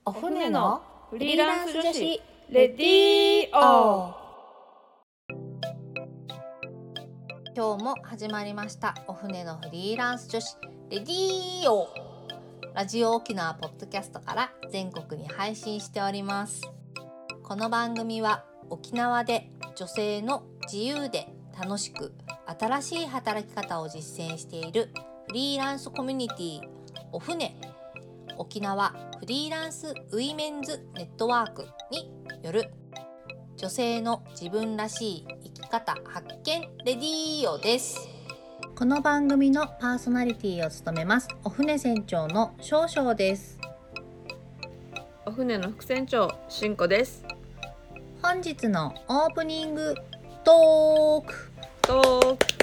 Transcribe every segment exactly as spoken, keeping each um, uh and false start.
お船のフリーランス女子レディオ。 今日も始まりましたお船のフリーランス女子レディオ。ラジオ沖縄ポッドキャストから全国に配信しております。この番組は沖縄で女性の自由で楽しく新しい働き方を実践しているフリーランスコミュニティお船沖縄フリーランスウィメンズネットワークによる女性の自分らしい生き方発見レディオです。この番組のパーソナリティを務めますお船船長の少々です。 お船の副船長しんこです。 本日のオープニングトークトーク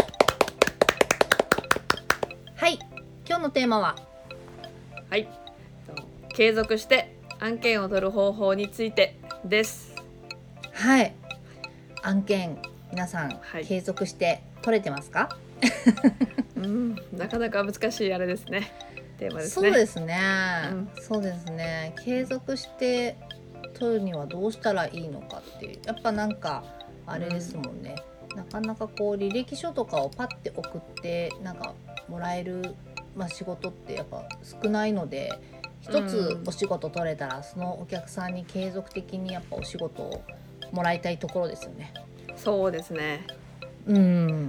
はい、今日のテーマははい、継続して案件を取る方法についてです。 はい、案件皆さん、 はい、 継続して取れてますか？ うん、なかなか難しいあれですね、テーマですね。 そうですね、うん、そうですね。継続して取るにはどうしたらいいのかっていう、やっぱなんかあれですもんね、うん、なかなかこう履歴書とかをパッて送ってなんかもらえる、まあ、仕事ってやっぱ少ないので、一つお仕事取れたらそのお客さんに継続的にやっぱお仕事をもらいたいところですよね。 そうですね、 うん、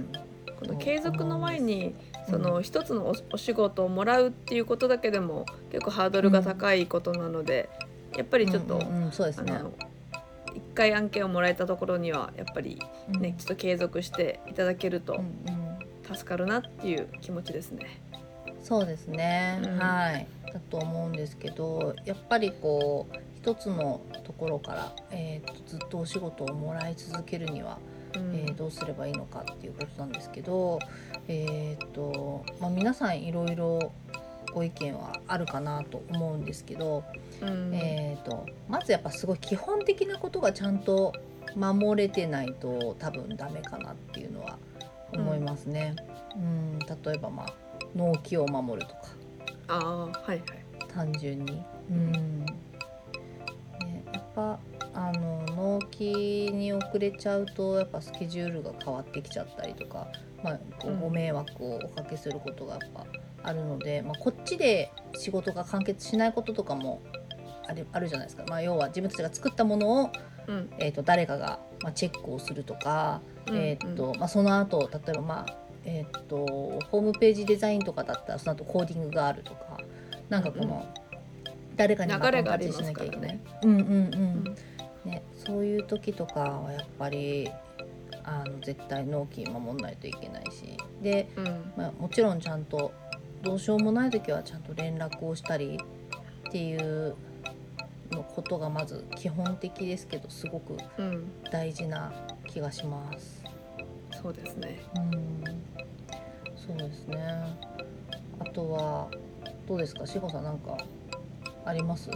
この継続の前にその一つの お, お仕事をもらうっていうことだけでも結構ハードルが高いことなので、うん、やっぱりちょっと、うんうんうん、そうですね、あの一回案件をもらえたところにはやっぱりね、うん、ちょっと継続していただけると助かるなっていう気持ちですね。 そうですね、うん、はいだと思うんですけど、やっぱりこう一つのところから、えー、とずっとお仕事をもらい続けるには、うんえー、どうすればいいのかっていうことなんですけど、えーとまあ、皆さんいろいろご意見はあるかなと思うんですけど、うんえー、とまずやっぱすごい基本的なことがちゃんと守れてないと多分ダメかなっていうのは思いますね、うん、例えばまあ納期を守るとか、 あ、はいはい、 単純に、うんね、やっぱあの納期に遅れちゃうとやっぱスケジュールが変わってきちゃったりとか、まあ、ご迷惑をおかけすることがやっぱあるので、まあ、こっちで仕事が完結しないこととかもある、あるじゃないですか、まあ、要は自分たちが作ったものを、うんえー、と誰かが、まあ、チェックをするとか、うんえーとまあ、その後例えばまあえー、とホームページデザインとかだったらその後コーディングがあるとか、なんかこの、うん、誰かにバトンタッチしなきゃいけない、うんうんうんうんね、そういう時とかはやっぱりあの絶対納期守んないといけないし、で、うんまあ、もちろんちゃんとどうしようもない時はちゃんと連絡をしたりっていうのことがまず基本的ですけど、すごく大事な気がします、 うん、そうですね、 うんそうですね。あとはどうですか、しほさん、なんかあります？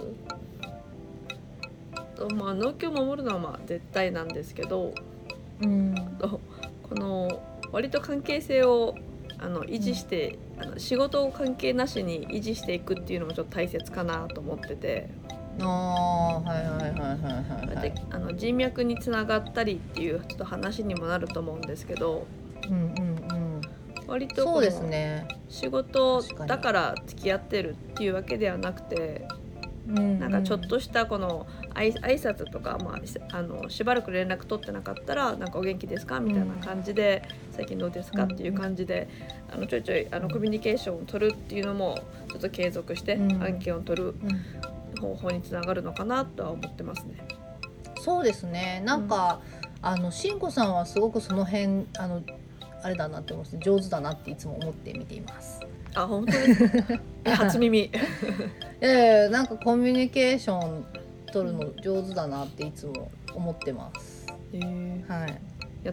まあ、納期を守るのはまあ絶対なんですけど、うん、この割と関係性をあの維持して、うん、あの仕事を関係なしに維持していくっていうのもちょっと大切かなと思ってて、 ああ、はいはいはいはいはい、はい、 であの人脈につながったりっていうちょっと話にもなると思うんですけど、うんうんうん割とこの仕事だから付き合ってるっていうわけではなくて、なんかちょっとしたこの挨拶とか、まあ、あのしばらく連絡取ってなかったらなんかお元気ですかみたいな感じで、最近どうですかっていう感じであのちょいちょいあのコミュニケーションを取るっていうのもちょっと継続して案件を取る方法につながるのかなとは思ってますね。 そうですね、なんか、うん、あのしんこさんはすごくその辺あのあれだなって思って、上手だなっていつも思って見ています。 あ、本当ですか？初耳。いやいや、なんかコミュニケーション取るの上手だなっていつも思ってます。 えー、 はい。 やった。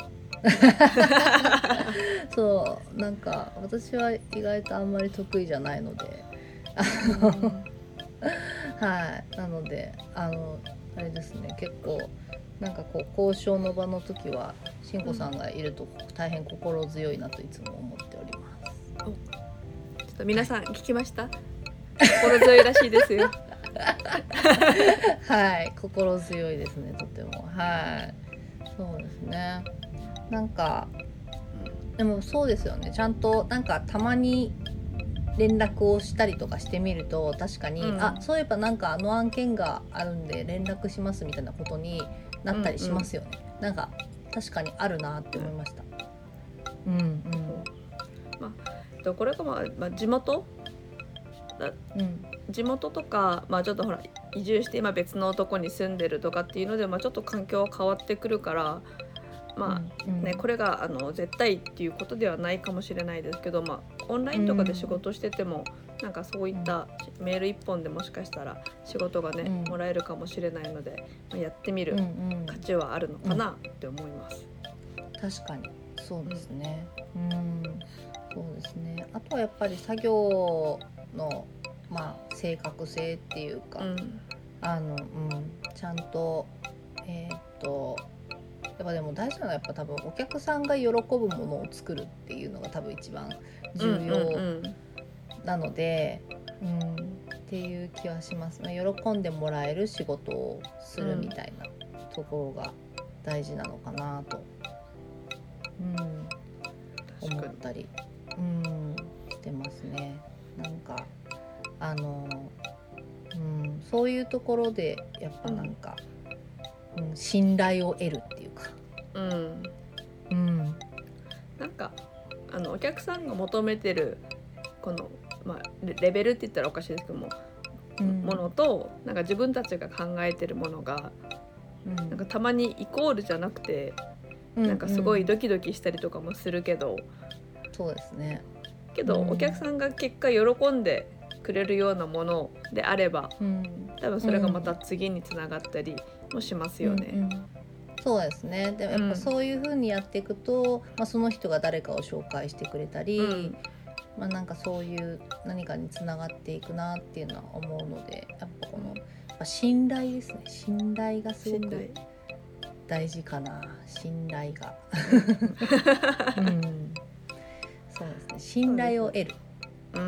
そうなんか私は意外とあんまり得意じゃないので、はい、なのであのあれですね、結構なんかこう交渉の場の時はしんこさんがいると大変心強いなといつも思っております。 おちょっと皆さん聞きました？心強いらしいですよ。 はい、心強いですね、とても。はい、そうですね。なんかでもそうですよね。ちゃんとなんかたまに連絡をしたりとかしてみると、確かに、うん、あ、そういえばなんかあの案件があるんで連絡しますみたいなことになったりしますよね。うんうん、なんか確かにあるなって思いました。うんうん。 まあ、これが、まあまあ、地元うん、地元とか、まあ、ちょっとほら移住して今別のとこに住んでるとかっていうので、まあ、ちょっと環境は変わってくるから、まあね、これがあの絶対っていうことではないかもしれないですけど、まあ、オンラインとかで仕事してても、うん、なんかそういったメール一本でもしかしたら仕事がね、うん、もらえるかもしれないので、まあ、やってみる価値はあるのかなって思います。 うんうん、確かにそうですね、うん、そうですね。あとはやっぱり作業の、まあ、正確性っていうか、うん、あの、うん、ちゃんとえー、っとやっぱでも大事なのはやっぱ多分お客さんが喜ぶものを作るっていうのが多分一番重要なので、うんうんうん、っていう気はします、まあ、喜んでもらえる仕事をするみたいなところが大事なのかなと、うん、思ったり、うん、してますね。なんかあの、うん、そういうところでやっぱなんか、うんうん、信頼を得るっていうか、 うんうん、なんかあのお客さんが求めてるこの、まあ、レベルって言ったらおかしいですけども、うん、ものとなんか自分たちが考えてるものが、うん、なんかたまにイコールじゃなくて、うん、なんかすごいドキドキしたりとかもするけど、うん、 そうですね。 けど、うん、お客さんが結果喜んでくれるようなものであれば、うん、多分それがまた次につながったりもしますよね。 うんうん、そうですね。でもやっぱそういう風にやっていくと、うん、まあ、その人が誰かを紹介してくれたり、うん、まあ、なんかそういう何かにつながっていくなっていうのは思うので、やっぱこのやっぱ信頼ですね。信頼がすごく大事かな。信頼が、うん、そうですね。信頼を得る。うん、うん、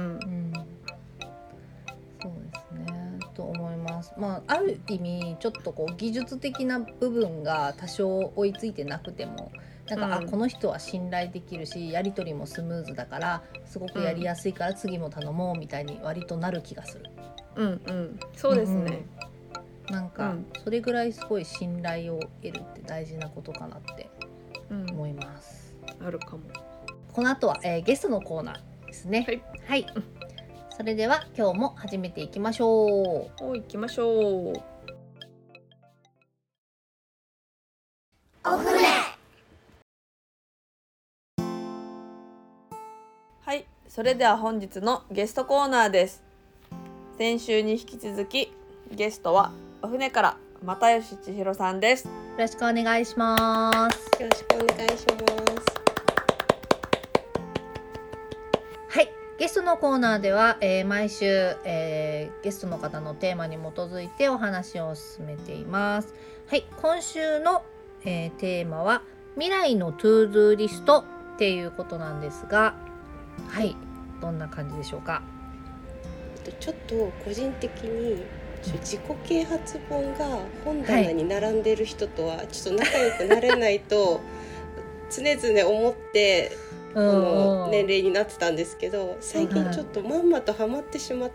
そうですねと思います。まあ、ある意味ちょっとこう技術的な部分が多少追いついてなくてもなんか、うん、あこの人は信頼できるしやり取りもスムーズだからすごくやりやすいから次も頼もうみたいに割となる気がする。 うんうん、そうですね、 うん、なんかそれぐらいすごい信頼を得るって大事なことかなって思います、 うん、あるかも。 この後は、えー、ゲストのコーナーですね。はい、はい、それでは今日も始めていきましょう。 お行きましょう。お船。はい、それでは本日のゲストコーナーです。先週に引き続きゲストはお船から又吉千尋さんです。よろしくお願いします。 よろしくお願いします。 はい、ゲストのコーナーでは、えー、毎週、えー、ゲストの方のテーマに基づいてお話を進めています。はい、今週の、えー、テーマは未来のトゥードゥーリストっていうことなんですが、はい、どんな感じでしょうか。 ちょっと個人的に自己啓発本が本棚に並んでる人とはちょっと仲良くなれないと常々思ってこの年齢になってたんですけど、最近ちょっとまんまとハマってしまって、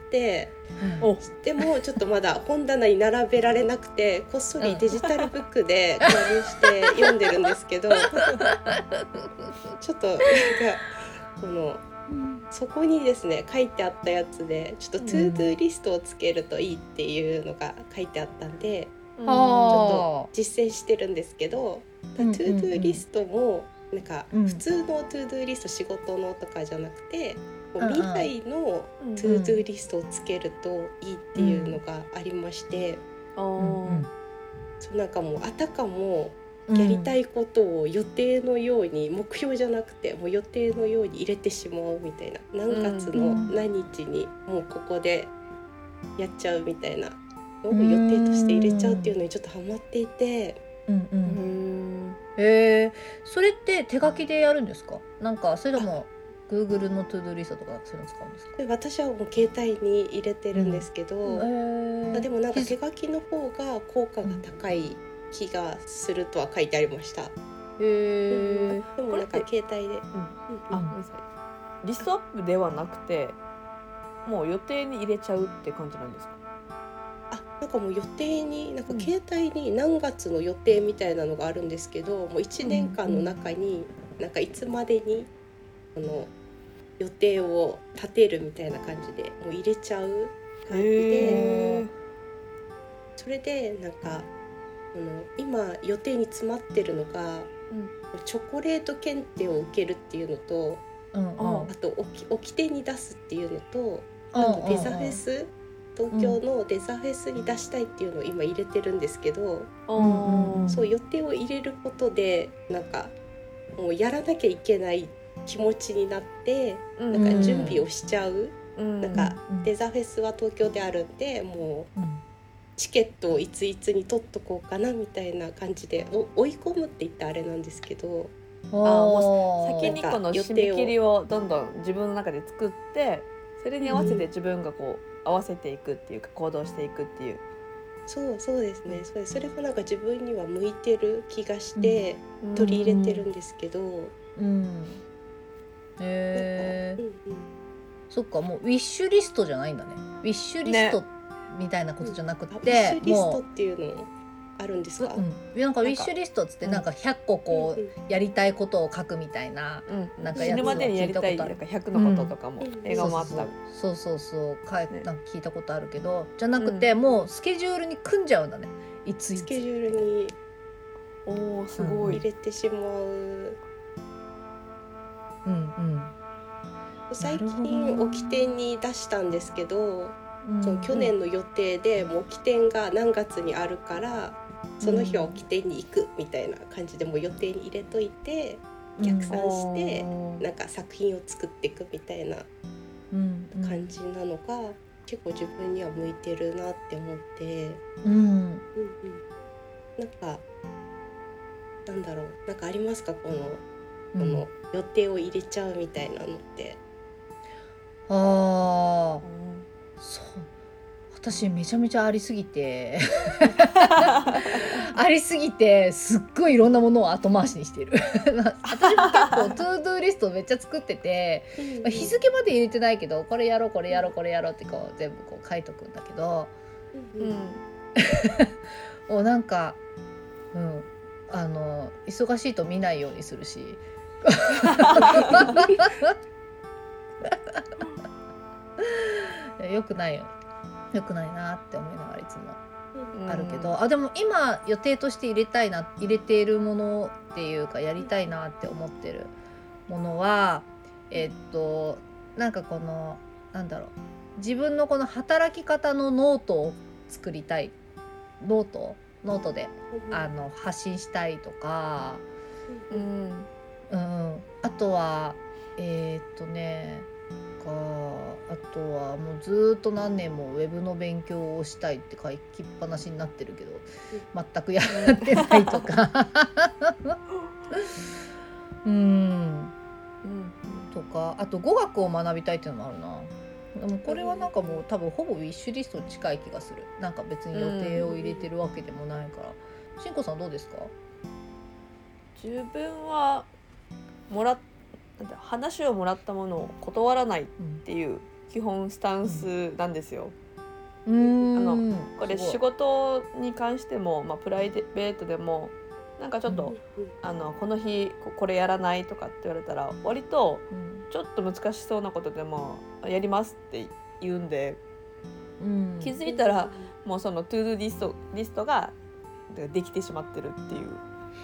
うん、でもちょっとまだ本棚に並べられなくてこっそりデジタルブックで購入して読んでるんですけどちょっとなんかこのそこにですね書いてあったやつでちょっとトゥードゥーリストをつけるといいっていうのが書いてあったんで、うん、ちょっと実践してるんですけど、トゥードゥーリストもなんか普通のトゥードゥーリスト仕事のとかじゃなくて、うん、未来のトゥードゥーリストをつけるといいっていうのがありまして、うんうん、そうなんかもうあたかもやりたいことを予定のように、うん、目標じゃなくてもう予定のように入れてしまうみたいな、何月の何日にもうここでやっちゃうみたいなのを予定として入れちゃうっていうのにちょっとハマっていて、うんうん、 えー、それって手書きでやるんですか？なんかそれとも Google のトゥードゥーリストとかそういうの使うんですか？ 私はもう携帯に入れてるんですけど、うん、えー、でもなんか手書きの方が効果が高い気がするとは書いてありました。へえー、でもなんか携帯で、うんうん、 あ、ごめんなさい、リストアップではなくてもう予定に入れちゃうって感じなんですか？ あ、なんかもう予定になんか携帯に何月の予定みたいなのがあるんですけど、もういちねんかんの中になんかいつまでにこの予定を立てるみたいな感じでもう入れちゃう感じで、それでなんかこの今予定に詰まってるのが、うん、チョコレート検定を受けるっていうのと、うんうん、あと掟に出すっていうのと、あとデザフェス、東京のデザフェスに出したいっていうのを今入れてるんですけど、うんうん、そう予定を入れることでなんかもうやらなきゃいけない気持ちになって、うん、なんか準備をしちゃう、うん、なんかデザフェスは東京であるんでもうチケットをいついつに取っとこうかなみたいな感じで追い込むって言ったらあれなんですけど、 あもう先にこの締め切りをどんどん自分の中で作ってそれに合わせて自分がこう合わせていくっていうか行動していくっていう、 そうそうですね、それ、それがなんか自分には向いてる気がして取り入れてるんですけど、うんうん、 へえ、うんうん、そっか、もうウィッシュリストじゃないんだね。ウィッシュリストみたいなことじゃなくて、 ね、ウィッシュリストっていうのあるんですか？ うん、なんかウィッシュリストっつってなんかひゃっここうやりたいことを書くみたいな、 うん、なんかやつを聞いたことある。なんかひゃくのこととかも映画もあった。 そうそうそう、なんか聞いたことあるけど、じゃなくてもうスケジュールに組んじゃうんだね。いついつスケジュールにおーすごい入れてしまう。うんうん、最近掟に出したんですけど、うん、その去年の予定でもう掟が何月にあるからその日は掟に行くみたいな感じでもう予定に入れといて逆算してなんか作品を作っていくみたいな感じなのが結構自分には向いてるなって思って、うんうんうん、なんかなんだろう、なんかありますか、このこの予定を入れちゃうみたいなのって。 ああ、そう、私めちゃめちゃありすぎてありすぎてすっごいいろんなものを後回しにしてる私も結構トゥードゥーリストめっちゃ作っててまあ、日付まで入れてないけどこれやろうこれやろうこれやろうってこう全部こう書いとくんだけど、うん、もうなんか、うん、あの忙しいと見ないようにするしよくないよよくないなって思いながらいつもあるけど、あでも今予定として入れたいな入れているものっていうかやりたいなって思ってるものはえっとなんかこのなんだろう、自分のこの働き方のノートを作りたい、ノートノートであの発信したいとか、うんうん、あとはえー、っとねかあとはもうずっと何年もウェブの勉強をしたいって書きっぱなしになってるけど全くやってないとかうん、うん、とかあと語学を学びたいっていうのもあるな。でもこれはなんかもう多分ほぼウィッシュリストに近い気がする。なんか別に予定を入れてるわけでもないから。しんこさんどうですか？ 自分はもらっ話をもらったものを断らないっていう基本スタンスなんですよ。うん、あのこれ仕事に関しても、まあ、プライベートでもなんかちょっと、うん、あのこの日これやらないとかって言われたら割とちょっと難しそうなことでもやりますって言うんで、うん、気づいたらもうそのトゥードゥリスト、リストができてしまってるっていう。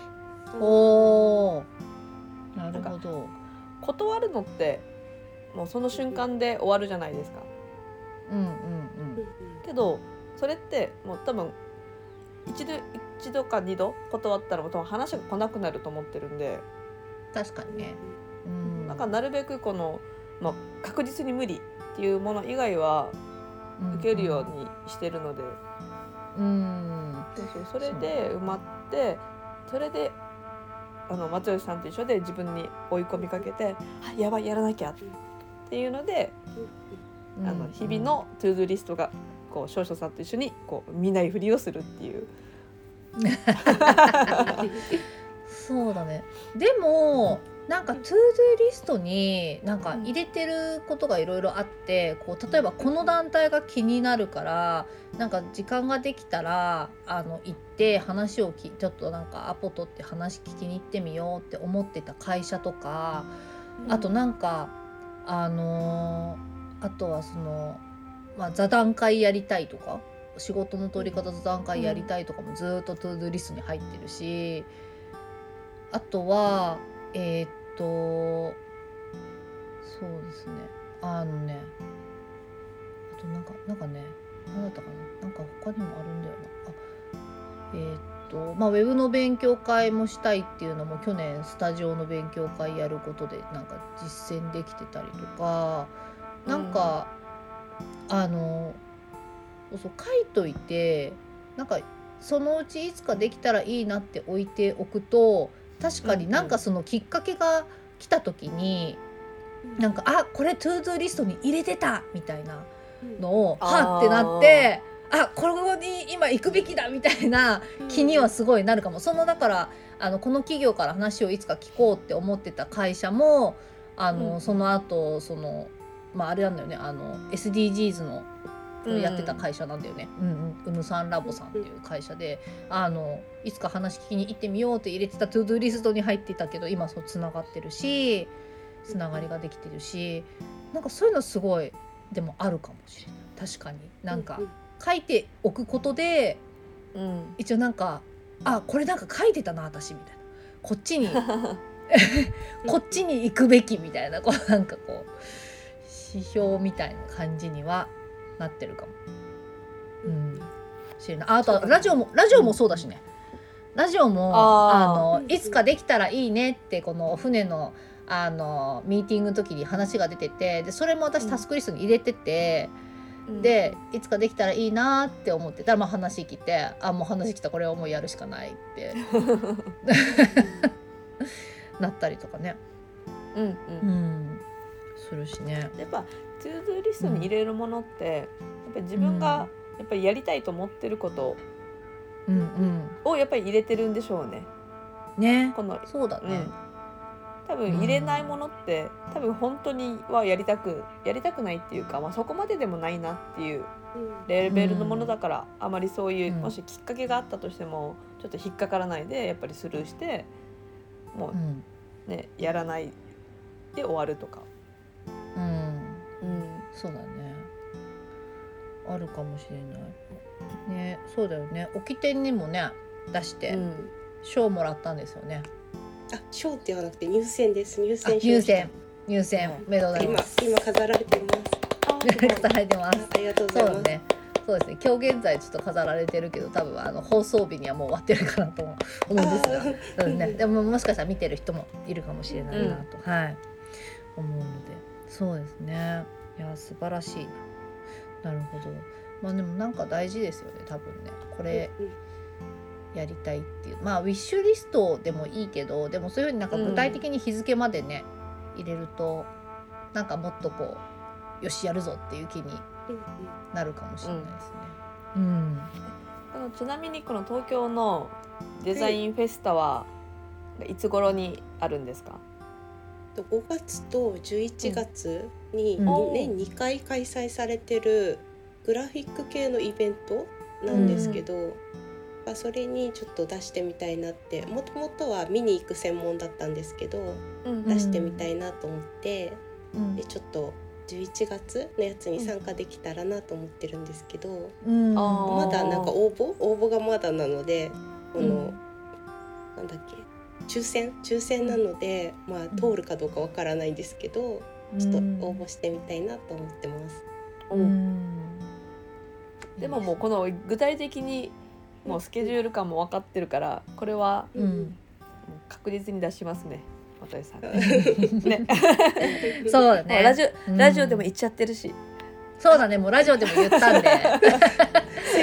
おー、なるほど。 断るのってもうその瞬間で終わるじゃないですか。うんうんうん。けどそれってもう多分一度一度か二度断ったらもう多分話が来なくなると思ってるんで。 確かにね。 うん。だからなるべくこの、まあ、確実に無理っていうもの以外は受けるようにしてるので。うん、うん。そうそう、それで埋まってそれで。あの松吉さんと一緒で自分に追い込みかけて、あ、やばいやらなきゃっていうので、うん、あの日々のトゥードゥリストがこう少々さんと一緒にこう見ないふりをするっていうそうだね。でもなんかトゥードゥーリストになんか入れてることがいろいろあって、こう例えばこの団体が気になるからなんか時間ができたらあの行って話をきちょっとなんかアポ取って話聞きに行ってみようって思ってた会社とか、あとなんかあのー、あとはその、まあ、座談会やりたいとか仕事の取り方座談会やりたいとかもずっとトゥードゥーリストに入ってるし、あとはえー、っとそうですねあのねあとなんかなんかね何だったかな、なんか他にもあるんだよなあえー、っとまあウェブの勉強会もしたいっていうのも去年スタジオの勉強会やることでなんか実践できてたりとか、なんか、うん、あのそう書いといてなんかそのうちいつかできたらいいなって置いておくと確かになんかそのきっかけが来た時に、うんうん、なんかあこれトゥードゥーリストに入れてたみたいなのを、うん、はってなってあここに今行くべきだみたいな気にはすごいなるかも、うん、そのだからあのこの企業から話をいつか聞こうって思ってた会社もあの、うん、その後そのまああれなんだよねあの エスディージーズ のやってた会社なんだよね、うんうん、うむさんラボさんっていう会社であのいつか話聞きに行ってみようって入れてたトゥードゥーリストに入ってたけど今そうつながってるしつながりができてるし、なんかそういうのすごいでもあるかもしれない。確かになんか書いておくことで、うん、一応なんかあこれなんか書いてたな私みたいなこっちにこっちに行くべきみたいなこうなんかこう指標みたいな感じにはなってるかも。うん。知らない。あとラジオもラジオもそうだしね。ラジオもああのいつかできたらいいねってこの船のあのミーティングの時に話が出てて、でそれも私タスクリストに入れてて、うん、でいつかできたらいいなって思ってたらまあ話来て、あもう話来たこれはもうやるしかないってなったりとかね。うんうん。うんするしね。 やっぱトゥードゥーリストに入れるものって、うん、やっぱり自分がやっぱりやりたいと思ってることをやっぱり入れてるんでしょうね。 ね。 このそうだね。 うん多分入れないものって、うん、多分本当にはやりたくやりたくないっていうか、まあ、そこまででもないなっていうレベルのものだから、うん、あまりそういう、うん、もしきっかけがあったとしてもちょっと引っかからないでやっぱりスルーしてもうね、うん、やらないで終わるとか、 うんうん、そうだねあるかもしれないね。そうだよね。沖店にもね出して賞、うん、もらったんですよね。 あ、賞ではなくて入選です。入選入選入選、うん、めでとうございます。 今今飾られてます飾られてます。 ありがとうございます。 そうね、そうですね。今日現在ちょっと飾られてるけど多分あの放送日にはもう終わってるかなと思うんですが、そうですね。でももしかしたら見てる人もいるかもしれないなと、うん、はい思うので、そうですね。いや素晴らしいな。なるほど。まあでもなんか大事ですよね多分ね。これ。うんうんやりたいっていうまあウィッシュリストでもいいけどでもそういうふうになんか具体的に日付までね、うん、入れるとなんかもっとこうよしやるぞっていう気になるかもしれないですね、うんうん、 あのちなみにこの東京のデザインフェスタはいつ頃にあるんですか？ ごがつとじゅういちがつに年にかい開催されてるグラフィック系のイベントなんですけど、うんそれにちょっと出してみたいなって、もともとは見に行く専門だったんですけど、うん、出してみたいなと思って、うん、でちょっとじゅういちがつのやつに参加できたらなと思ってるんですけど、うん、まだなんか応募応募がまだなのでこの、うん、なんだっけ抽選抽選なので、まあ、通るかどうかわからないんですけど、うん、ちょっと応募してみたいなと思ってます、うん、 でももうこの具体的にもうスケジュール感も分かってるからこれは、うん、確実に出しますね渡さん ね, ねそうだねラジオ、ラジオでも言っちゃってるし、 そうだねもうラジオでも言ったんで宣言しちゃっ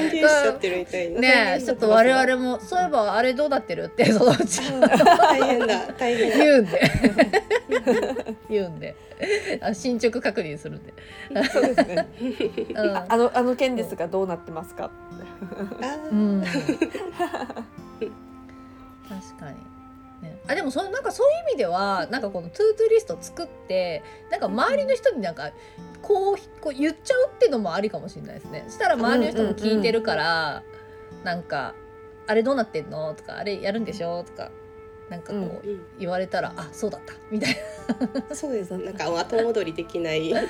ゃってるみたいなねえちょっと我々もそういえばあれどうなってるってそのうち大変だ大変だ言うんで言うんであ進捗確認するんでそうですね、 うん、 あ, あのあの件ですがどうなってますかうん、確かにね、あでもそなんかそういう意味ではなんかこのトゥートゥリスト作ってなんか周りの人になんかこう、こう言っちゃうっていうのもありかもしれないですね。そしたら周りの人も聞いてるから、うんうん、なんかあれどうなってんのとかあれやるんでしょとかなんかこう言われたら、うん、あそうだったみたいなそうですなんか後戻りできないね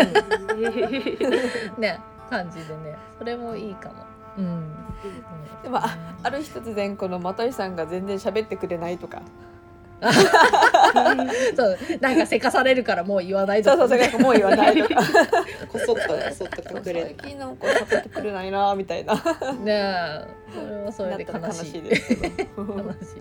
感じでねそれもいいかも。うん、 でも あ, ある日突然この又吉さんが全然喋ってくれないとかそうなんかせかされるからもう言わないとか、 そうそうそうもう言わないとかこそっとこそっと隠れる最近なんか喋ってくれないなみたいなねえそれはそれで悲しい悲しいですけど悲しい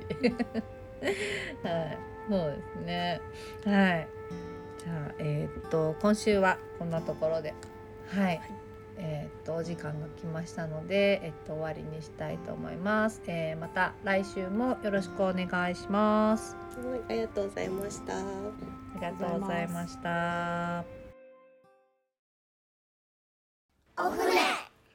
はいそうですねはいじゃあえー、っと今週はこんなところではい、はいえー、っとお時間が来ましたので、えっと、終わりにしたいと思います、えー、また来週もよろしくお願いします。 はい、ありがとうございました。ありがとうございました。おふね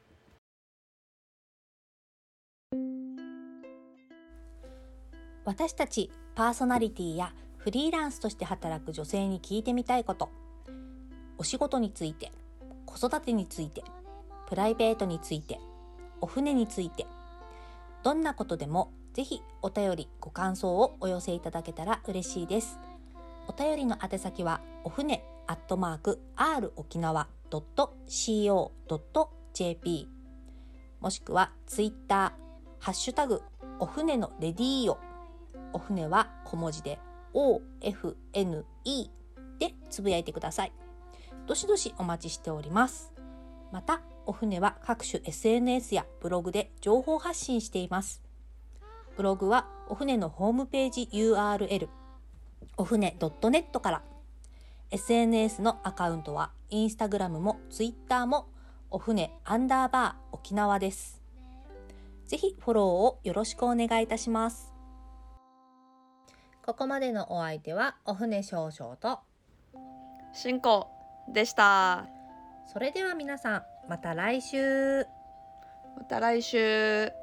私たちパーソナリティやフリーランスとして働く女性に聞いてみたいこと、お仕事について、子育てについて、プライベートについて、お船について、どんなことでもぜひお便りご感想をお寄せいただけたら嬉しいです。お便りの宛先はお船アットマーク アール 沖縄 ドット シーオー ドット ジェーピー もしくはツイッターハッシュタグお船のレディーよ、お船は小文字で オーエフエヌイー でつぶやいてください。どしどしお待ちしております。またお船は各種 エスエヌエス やブログで情報発信しています。ブログはお船のホームページ ユーアールエル お船 ドットネット から、 エスエヌエス のアカウントはインスタグラムもツイッターもお船アンダーバー沖縄です。ぜひフォローをよろしくお願いいたします。ここまでのお相手はお船少々としんこでした。 それでは皆さんまた来週。 また来週。